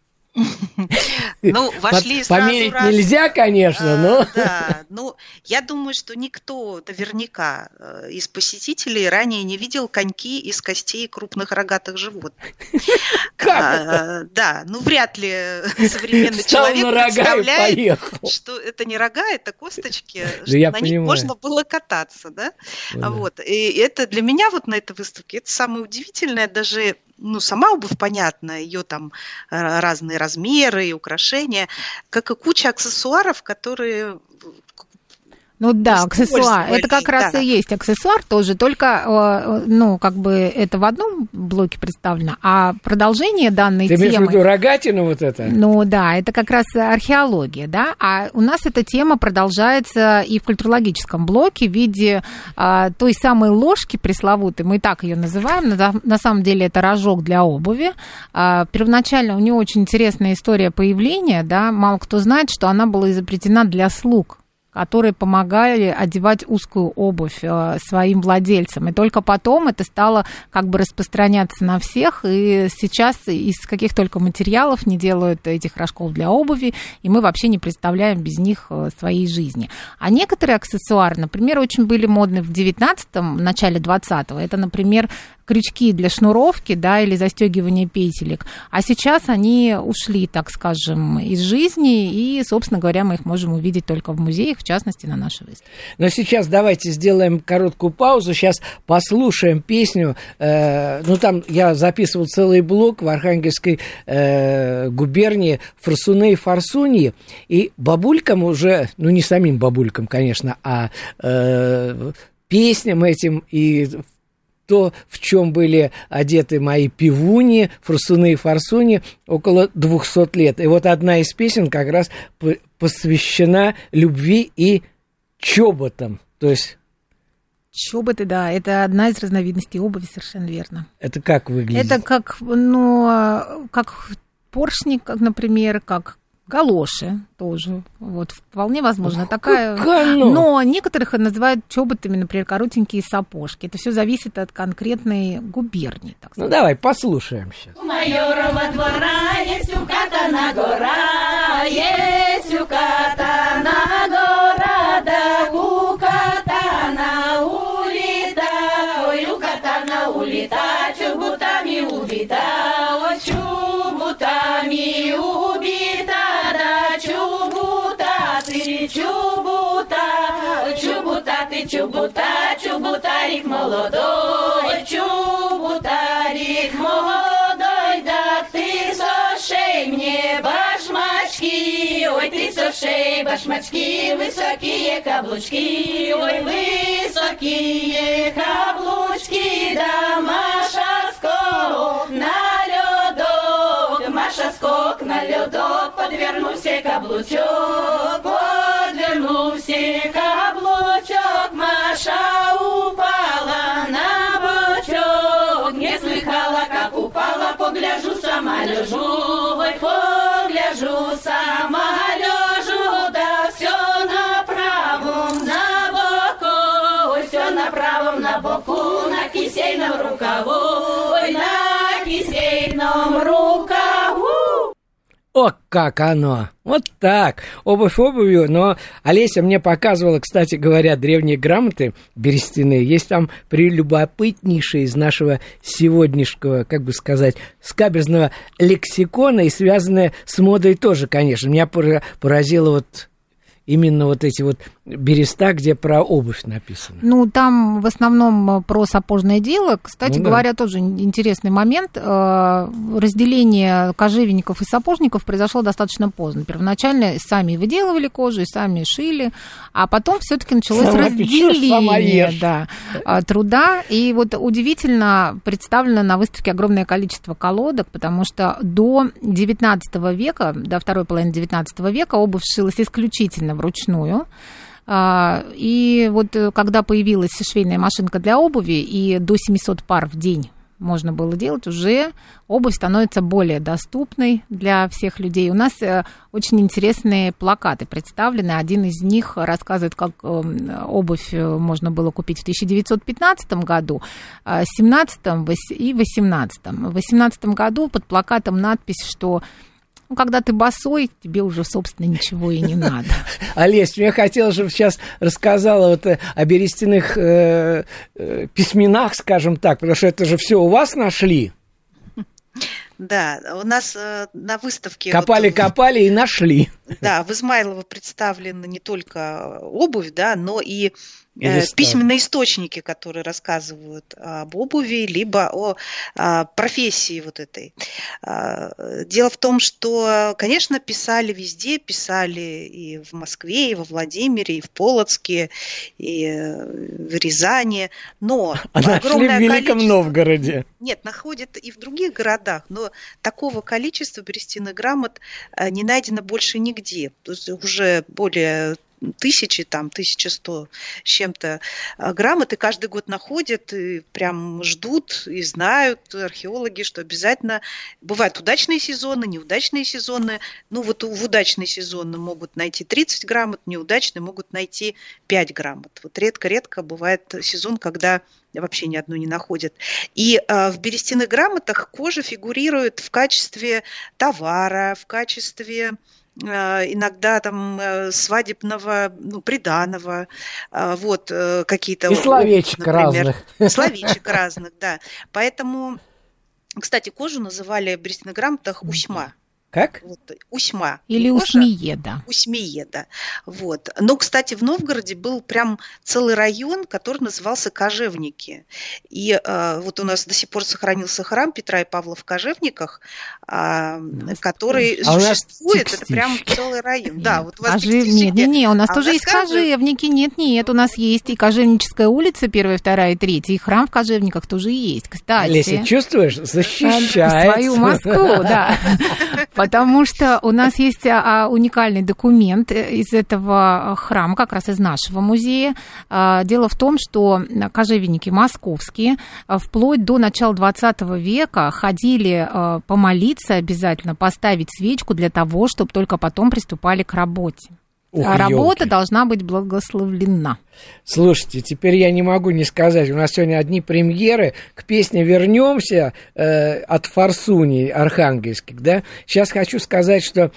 [SPEAKER 6] Ну, вошли сразу
[SPEAKER 4] померить нельзя, конечно, но...
[SPEAKER 6] Да, ну, я думаю, что никто наверняка из посетителей ранее не видел коньки из костей крупных рогатых животных.
[SPEAKER 4] Как?
[SPEAKER 6] Да, ну, вряд ли современный человек представляет, что это не рога, это косточки, что на них можно было кататься, да? Вот. И это для меня вот на этой выставке, это самое удивительное, даже... Ну, сама обувь, понятно, ее там разные размеры и украшения, как и куча аксессуаров, которые...
[SPEAKER 5] Ну да, аксессуар. Это как раз и есть аксессуар тоже, только, ну, как бы это в одном блоке представлено, а продолжение данной темы...
[SPEAKER 4] Ты имеешь в виду рогатину вот это?
[SPEAKER 5] Ну да, это как раз археология, да, а у нас эта тема продолжается и в культурологическом блоке в виде той самой ложки пресловутой, мы так ее называем, на самом деле это рожок для обуви. Первоначально у нее очень интересная история появления, да, мало кто знает, что она была изобретена для слуг, которые помогали одевать узкую обувь своим владельцам. И только потом это стало как бы распространяться на всех, и сейчас из каких только материалов не делают этих рожков для обуви, и мы вообще не представляем без них своей жизни. А некоторые аксессуары, например, очень были модны в 19-м, начале 20-го. Это, например, крючки для шнуровки, да, или застегивания петелек. А сейчас они ушли, так скажем, из жизни, и, собственно говоря, мы их можем увидеть только в музеях, в частности, на нашей выставке.
[SPEAKER 4] Но сейчас давайте сделаем короткую паузу, сейчас послушаем песню. Ну, там я записывал целый блок в Архангельской губернии «Форсуны и форсуньи», и бабулькам уже, ну, не самим бабулькам, конечно, а песням этим и то, в чем были одеты мои пивуни, форсуны и форсуни, около 200 лет. И вот одна из песен как раз посвящена любви и чоботам. То есть...
[SPEAKER 5] Чоботы, да, это одна из разновидностей обуви, совершенно верно.
[SPEAKER 4] Это как выглядит?
[SPEAKER 5] Это как, ну, как поршни, как, например, как галоши тоже, вот, вполне возможно. Такая, но некоторых называют чоботами, например, коротенькие сапожки. Это все зависит от конкретной губернии. Так сказать.
[SPEAKER 4] Ну, давай, послушаем сейчас.
[SPEAKER 12] У майорова двора есть укатана гора, есть укатана гора, да укатана улита, ой, укатана улита, чубутами убита, ой, чубутами убита. Чубута, чубутарик молодой, чубутарик молодой, да ты сошей мне башмачки, ой, ты сошей башмачки, высокие каблучки, ой, высокие каблучки, да Маша скок на ледок, Маша скок на ледок, подвернулся каблучок, подвернулся каблучок, Маша упала на бочок, не слыхала, как упала, погляжу, сама лежу, ой, погляжу, сама лежу, да все на правом, на боку, ой, все на правом, на боку, на кисейном рукаву, ой, на кисейном рукаву.
[SPEAKER 4] О, как оно! Вот так! Обувь обувью, но Олеся мне показывала, кстати говоря, древние грамоты берестяные. Есть там прелюбопытнейшие из нашего сегодняшнего, как бы сказать, скаберзного лексикона, и связанные с модой тоже, конечно. Меня поразило вот именно вот эти вот береста, где про обувь написано.
[SPEAKER 5] Ну, там в основном про сапожное дело. Кстати говоря, тоже интересный момент. Разделение кожевенников и сапожников произошло достаточно поздно. Первоначально сами выделывали кожу и сами шили, а потом все-таки началось разделение труда. И вот удивительно представлено на выставке огромное количество колодок, потому что до 19 века, до второй половины 19 века обувь шилась исключительно вручную. И вот когда появилась швейная машинка для обуви, и до 700 пар в день можно было делать, уже обувь становится более доступной для всех людей. У нас очень интересные плакаты представлены. Один из них рассказывает, как обувь можно было купить в 1915 году, в 17 и 18. В 2018 году под плакатом надпись, что когда ты босой, тебе уже, собственно, ничего и не надо.
[SPEAKER 4] Олесь, мне хотелось, чтобы сейчас рассказала вот о берестяных письменах, скажем так, потому что это же все у вас нашли.
[SPEAKER 6] Да, у нас на выставке...
[SPEAKER 4] Копали и нашли.
[SPEAKER 6] Да, в Измайлово представлены не только обувь, да, но и письменные источники, которые рассказывают об обуви, либо о профессии вот этой. Дело в том, что, конечно, писали везде, писали и в Москве, и во Владимире, и в Полоцке, и в Рязани, но
[SPEAKER 4] нашли в Великом Новгороде.
[SPEAKER 6] Нет, находят и в других городах, но такого количества берестяных грамот не найдено больше нигде. То есть уже более 1100 с чем-то грамот, и каждый год находят, и прям ждут, и знают археологи, что обязательно бывают удачные сезоны, неудачные сезоны. Ну вот в удачный сезон могут найти 30 грамот, неудачные могут найти 5 грамот. Вот редко-редко бывает сезон, когда вообще ни одну не находят. И в берестяных грамотах кожа фигурирует в качестве товара, в качестве иногда там свадебного, приданого, вот, какие-то...
[SPEAKER 4] И словечек разных.
[SPEAKER 6] Словечек разных, да. Поэтому, кстати, кожу называли в берестяных грамотах усьма.
[SPEAKER 4] Как?
[SPEAKER 6] Вот, усьма.
[SPEAKER 5] Или усмиеда.
[SPEAKER 6] Усмиеда. Вот. Но, кстати, в Новгороде был прям целый район, который назывался Кожевники. И вот у нас до сих пор сохранился храм Петра и Павла в Кожевниках, который существует. Это прям целый район. Да, вот у вас
[SPEAKER 5] Не, у нас тоже есть Кожевники. Нет, у нас есть и Кожевническая улица, 1, 2 и 3, и храм в Кожевниках тоже есть. Кстати.
[SPEAKER 4] Леся, чувствуешь? Защищает
[SPEAKER 5] свою Москву, да. Потому что у нас есть уникальный документ из этого храма, как раз из нашего музея. Дело в том, что кожевенники московские вплоть до начала 20 века ходили помолиться обязательно, поставить свечку для того, чтобы только потом приступали к работе. Работа должна быть благословлена.
[SPEAKER 4] Слушайте, теперь я не могу не сказать, у нас сегодня одни премьеры. К песне вернемся от Форсуни архангельских, да. Сейчас хочу сказать, что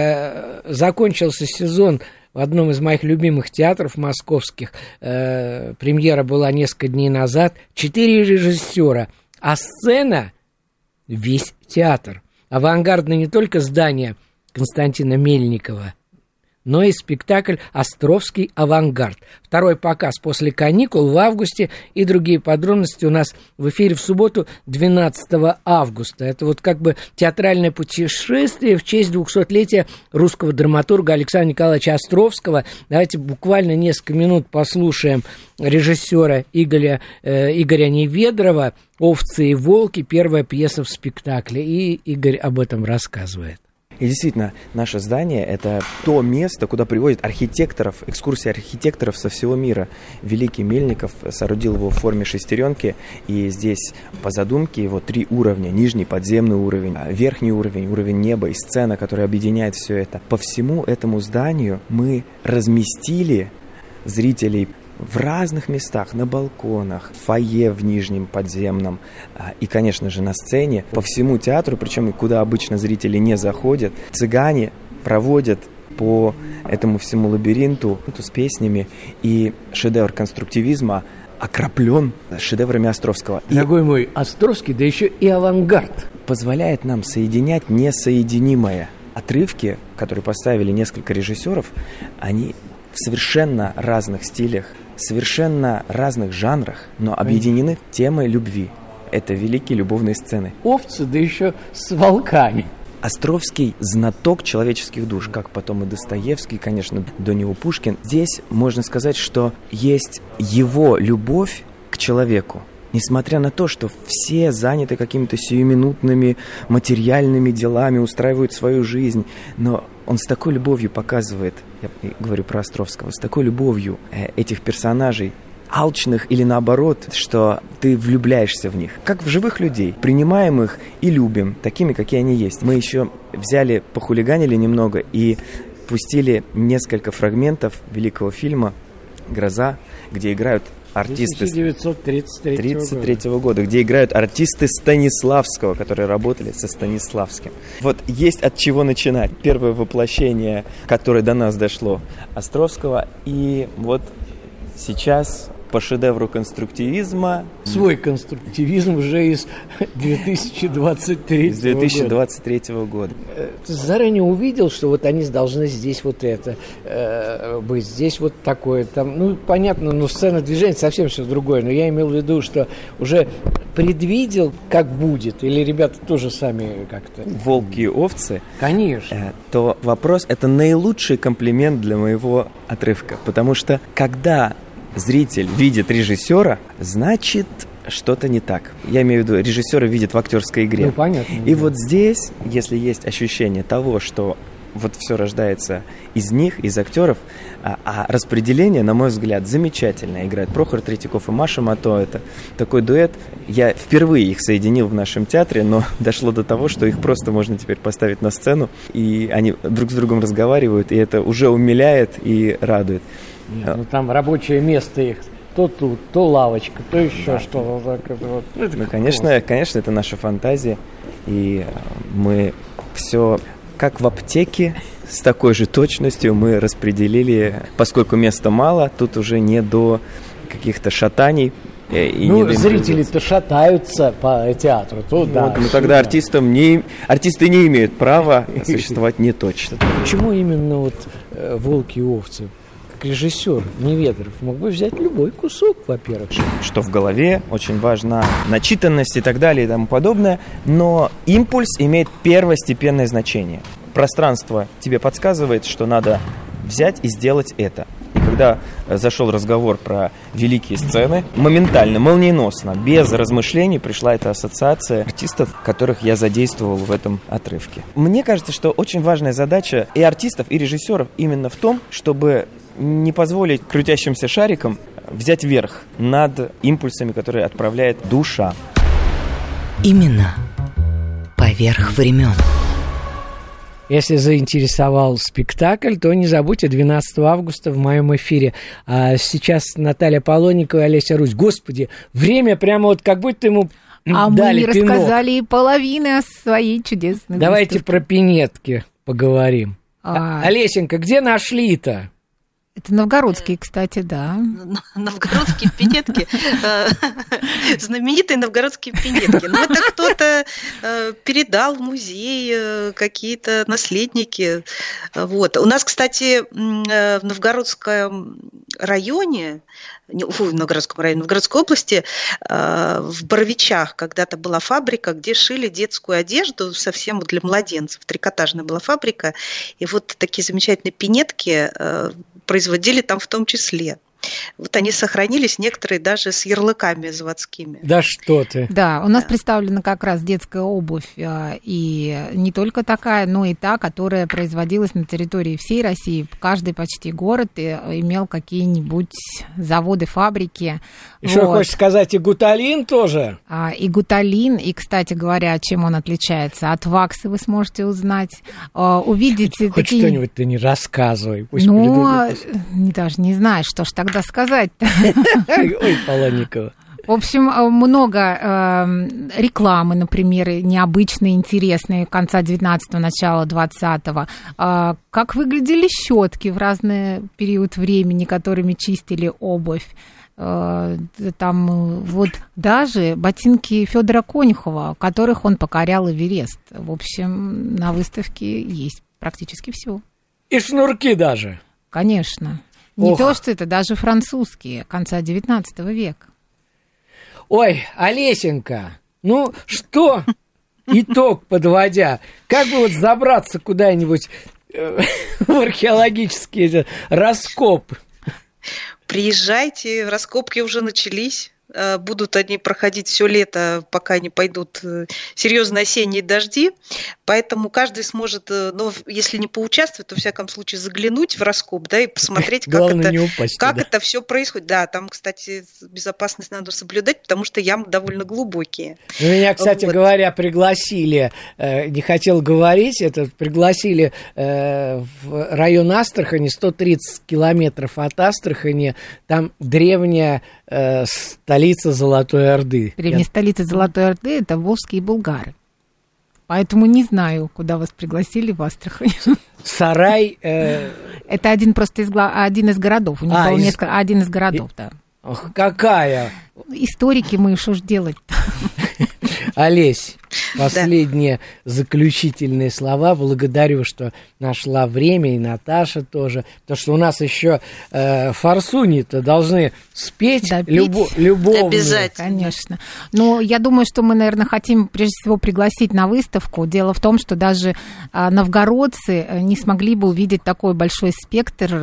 [SPEAKER 4] закончился сезон в одном из моих любимых театров московских. Премьера была несколько дней назад. 4 режиссера, а сцена весь театр. Авангардное не только здание Константина Мельникова, но и спектакль «Островский авангард». Второй показ после каникул в августе, и другие подробности у нас в эфире в субботу 12 августа. Это вот как бы театральное путешествие в честь 200-летия русского драматурга Александра Николаевича Островского. Давайте буквально несколько минут послушаем режиссера Игоря Неведрова «Овцы и волки», первая пьеса в спектакле. И Игорь об этом рассказывает.
[SPEAKER 13] И действительно, наше здание – это то место, куда приводят архитекторов, экскурсии архитекторов со всего мира. Великий Мельников соорудил его в форме шестеренки, и здесь по задумке его 3 уровня. Нижний, подземный уровень, верхний уровень, уровень неба и сцена, которая объединяет все это. По всему этому зданию мы разместили зрителей в разных местах, на балконах, в фойе в нижнем, подземном и, конечно же, на сцене. По всему театру, причем куда обычно зрители не заходят, цыгане проводят по этому всему лабиринту с песнями, и шедевр конструктивизма окроплен шедеврами Островского.
[SPEAKER 4] Дорогой мой, Островский, да еще и авангард.
[SPEAKER 13] Позволяет нам соединять несоединимое. Отрывки, которые поставили несколько режиссеров, они в совершенно разных стилях, совершенно разных жанрах, но объединены темой любви. Это великие любовные сцены.
[SPEAKER 4] Овцы, да еще с волками.
[SPEAKER 13] Островский знаток человеческих душ, как потом и Достоевский, конечно, до него Пушкин. Здесь можно сказать, что есть его любовь к человеку, несмотря на то, что все заняты какими-то сиюминутными материальными делами, устраивают свою жизнь, но он с такой любовью показывает, я говорю про Островского, с такой любовью этих персонажей, алчных или наоборот, что ты влюбляешься в них, как в живых людей, принимаем их и любим, такими, какие они есть. Мы еще взяли, похулиганили немного и пустили несколько фрагментов великого фильма «Гроза», где играют артисты 1933 года, где играют артисты Станиславского, которые работали со Станиславским. Вот есть от чего начинать. Первое воплощение, которое до нас дошло, Островского, и вот сейчас по шедевру конструктивизма.
[SPEAKER 4] Свой конструктивизм уже из 2023
[SPEAKER 13] года.
[SPEAKER 4] Ты заранее увидел, что вот они должны здесь вот это быть, здесь вот такое. Там, ну, понятно, но сцена движения совсем все другое. Но я имел в виду, что уже предвидел, как будет, или ребята тоже сами как-то...
[SPEAKER 13] Волки и овцы.
[SPEAKER 4] Конечно.
[SPEAKER 13] То вопрос, это наилучший комплимент для моего отрывка. Потому что, когда зритель видит режиссера, значит, что-то не так. Я имею в виду, режиссера видит в актерской игре.
[SPEAKER 4] Ну, понятно.
[SPEAKER 13] И вот здесь, если есть ощущение того, что вот все рождается из них, из актеров, а распределение, на мой взгляд, замечательное. Играет Прохор Третьяков и Маша Мато. Это такой дуэт. Я впервые их соединил в нашем театре, но дошло до того, что их просто можно теперь поставить на сцену, и они друг с другом разговаривают, и это уже умиляет и радует.
[SPEAKER 4] Нет, ну там рабочее место их то тут, то лавочка, то еще что-то. Вот.
[SPEAKER 13] Ну, конечно, это наша фантазия, и мы все как в аптеке с такой же точностью мы распределили, поскольку места мало, тут уже не до каких-то шатаний.
[SPEAKER 4] Ну, зрители-то шатаются по театру. То, да,
[SPEAKER 13] ну, тогда артисты не имеют права существовать не точно.
[SPEAKER 4] Почему именно вот «Волки и овцы»? Как режиссер Неведоров мог бы взять любой кусок, во-первых.
[SPEAKER 13] Что в голове, очень важна начитанность и так далее и тому подобное, но импульс имеет первостепенное значение. Пространство тебе подсказывает, что надо взять и сделать это. И когда зашел разговор про великие сцены, моментально, молниеносно, без размышлений пришла эта ассоциация артистов, которых я задействовал в этом отрывке. Мне кажется, что очень важная задача и артистов, и режиссеров именно в том, чтобы не позволить крутящимся шарикам взять верх над импульсами, которые отправляет душа.
[SPEAKER 2] Именно поверх времен.
[SPEAKER 4] Если заинтересовал спектакль, то не забудьте 12 августа в моем эфире. А сейчас Наталья Полонникова и Олеся Русь. Господи, время прямо вот как будто ему дали
[SPEAKER 5] мы не
[SPEAKER 4] пинок.
[SPEAKER 5] рассказали и половины о своей чудесной
[SPEAKER 4] Давайте
[SPEAKER 5] выставке.
[SPEAKER 4] про пинетки поговорим. Олесенька, где нашли-то?
[SPEAKER 5] Это новгородские, кстати, да.
[SPEAKER 6] Новгородские пинетки. Знаменитые новгородские пинетки. Ну, это кто-то передал в музей, какие-то наследники. Вот. У нас, кстати, в Новгородском районе, в Новгородской области, в Боровичах когда-то была фабрика, где шили детскую одежду совсем для младенцев. Трикотажная была фабрика. И вот такие замечательные пинетки производили там в том числе. Вот они сохранились, некоторые даже с ярлыками заводскими.
[SPEAKER 4] Да что ты.
[SPEAKER 5] Да, у нас представлена как раз детская обувь, и не только такая, но и та, которая производилась на территории всей России. Каждый почти город имел какие-нибудь заводы, фабрики.
[SPEAKER 4] И что хочешь сказать, и гуталин тоже?
[SPEAKER 5] И гуталин, и, кстати говоря, чем он отличается от ваксы, вы сможете узнать. Увидите
[SPEAKER 4] хоть
[SPEAKER 5] такие...
[SPEAKER 4] что-нибудь ты не рассказывай.
[SPEAKER 5] Ну, даже не знаю, что ж тогда сказать-то.
[SPEAKER 4] Ой, Полонникова.
[SPEAKER 5] В общем, много рекламы, например, необычной, интересной, конца 19-го, начала 20-го. Как выглядели щетки в разный период времени, которыми чистили обувь. Там вот даже ботинки Федора Конюхова, которых он покорял Эверест. В общем, на выставке есть практически все.
[SPEAKER 4] И шнурки даже.
[SPEAKER 5] Конечно. Не то, что это, даже французские, конца 19 века.
[SPEAKER 4] Ой, Олесенька, ну что, итог подводя, как бы вот забраться куда-нибудь в археологические раскопы?
[SPEAKER 6] Приезжайте, раскопки уже начались. Будут они проходить все лето, пока не пойдут серьезные осенние дожди. Поэтому каждый сможет, ну, если не поучаствовать, то, во всяком случае, заглянуть в раскоп, да, и посмотреть, как это все происходит. Да, там, кстати, безопасность надо соблюдать, потому что ямы довольно глубокие.
[SPEAKER 4] Меня, кстати говоря, пригласили, не хотел говорить, пригласили в район Астрахани, 130 километров от Астрахани, там древняя столица Золотой Орды.
[SPEAKER 5] Древняя столица Золотой Орды – это волжские булгары. Поэтому не знаю, куда вас пригласили в Астрахань.
[SPEAKER 4] Сарай.
[SPEAKER 5] Это один из городов. У них был один из городов, да.
[SPEAKER 4] Ох, какая!
[SPEAKER 5] Историки мы, что ж делать-то?
[SPEAKER 4] Олесь, последние заключительные слова. Благодарю, что нашла время, и Наташа тоже. Потому что у нас еще форсуни-то должны спеть любовную.
[SPEAKER 5] Обязательно. Конечно. Но я думаю, что мы, наверное, хотим прежде всего пригласить на выставку. Дело в том, что даже новгородцы не смогли бы увидеть такой большой спектр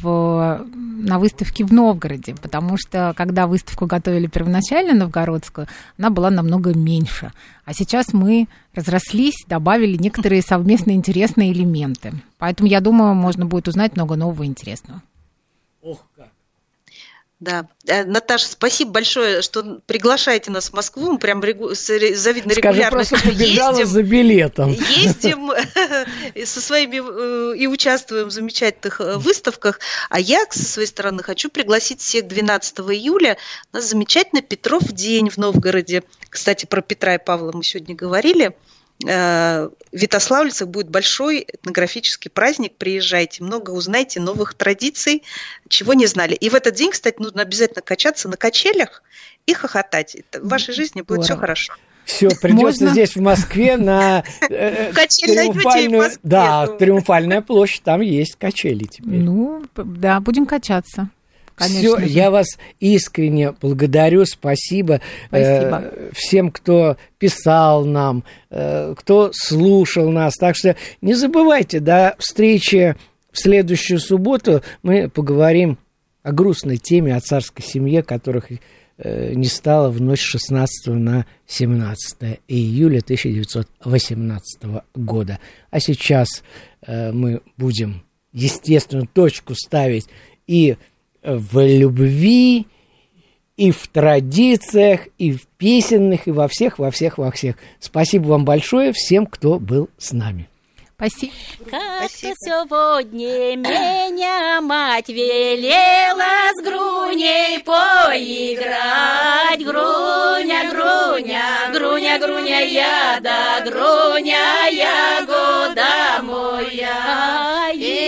[SPEAKER 5] на выставке в Новгороде. Потому что, когда выставку готовили первоначально новгородскую, она была намного меньше. А сейчас мы разрослись, добавили некоторые совместные интересные элементы. Поэтому, я думаю, можно будет узнать много нового и интересного.
[SPEAKER 4] Ох, как!
[SPEAKER 6] Да. Наташа, спасибо большое, что приглашаете нас в Москву. Мы прям с завидной регулярностью
[SPEAKER 4] ездим. За билетом.
[SPEAKER 6] Ездим со своими и участвуем в замечательных выставках. А я, со своей стороны, хочу пригласить всех 12 июля. У нас замечательный Петров день в Новгороде. Кстати, про Петра и Павла мы сегодня говорили. В Витославлицах будет большой этнографический праздник. Приезжайте, много узнайте новых традиций, чего не знали. И в этот день, кстати, нужно обязательно качаться на качелях и хохотать. В вашей жизни будет все хорошо.
[SPEAKER 4] Все, придется здесь в Москве на Триумфальную... Да, Триумфальная площадь, там есть качели теперь.
[SPEAKER 5] Ну, да, будем качаться.
[SPEAKER 4] Все, я вас искренне благодарю, спасибо. Всем, кто писал нам, кто слушал нас. Так что не забывайте, до встречи в следующую субботу мы поговорим о грустной теме, о царской семье, которых не стало в ночь 16 на 17 июля 1918 года. А сейчас мы будем, естественно, точку ставить и в любви, и в традициях, и в песенных, и во всех. Спасибо вам большое всем, кто был с нами.
[SPEAKER 5] Спасибо.
[SPEAKER 10] Как-то сегодня меня мать велела с Груней поиграть. Груня, Груня, Груня, Груня, я да Груня, ягода моя.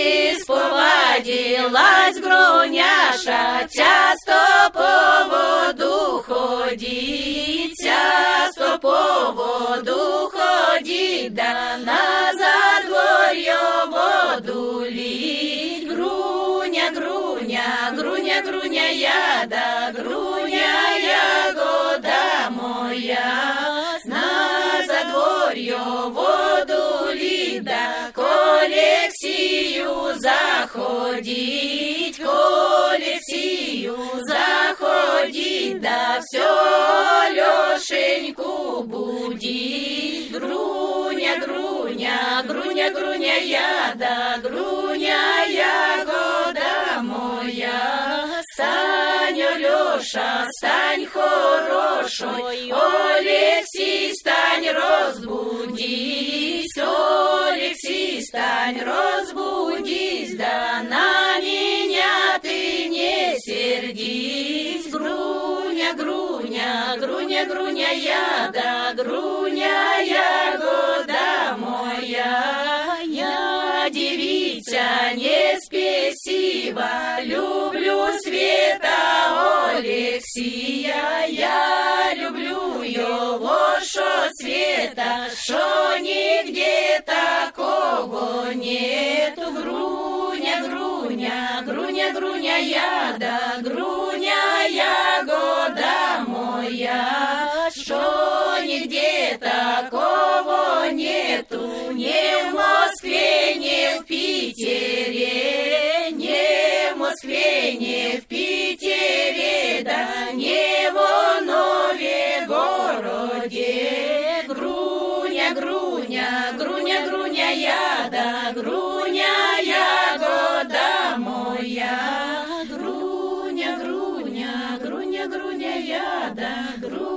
[SPEAKER 10] Исповадилась Груняша, часто по воду ходить, часто по воду ходить, да назад воду лить. Груня, Груня, Груня, Груня, я да Груня, ягода моя. На задворье воду лить, да колексию заходить, колексию заходить, да все Лешеньку будить. Груня, Груня, Груня, Груня, я да Груня, ягода моя. Стань, Леша, стань хорошой, Алексей, стань разбудись, Алексей, стань разбудись, да на меня ты не сердись. Груня, Груня, Груня, Груня, я да Груня, ягода моя. Я девица не спесива, люблю света Алексия, я люблю его, шо света, шо нигде такого нету. Груня, Груня, Груня, Груня, я да Груня, ягода моя. Шо нигде такого нету, ни в Москве, ни в Питере, ни в Москве, ни в Питере, да не вон
[SPEAKER 12] груня, груня, да груня.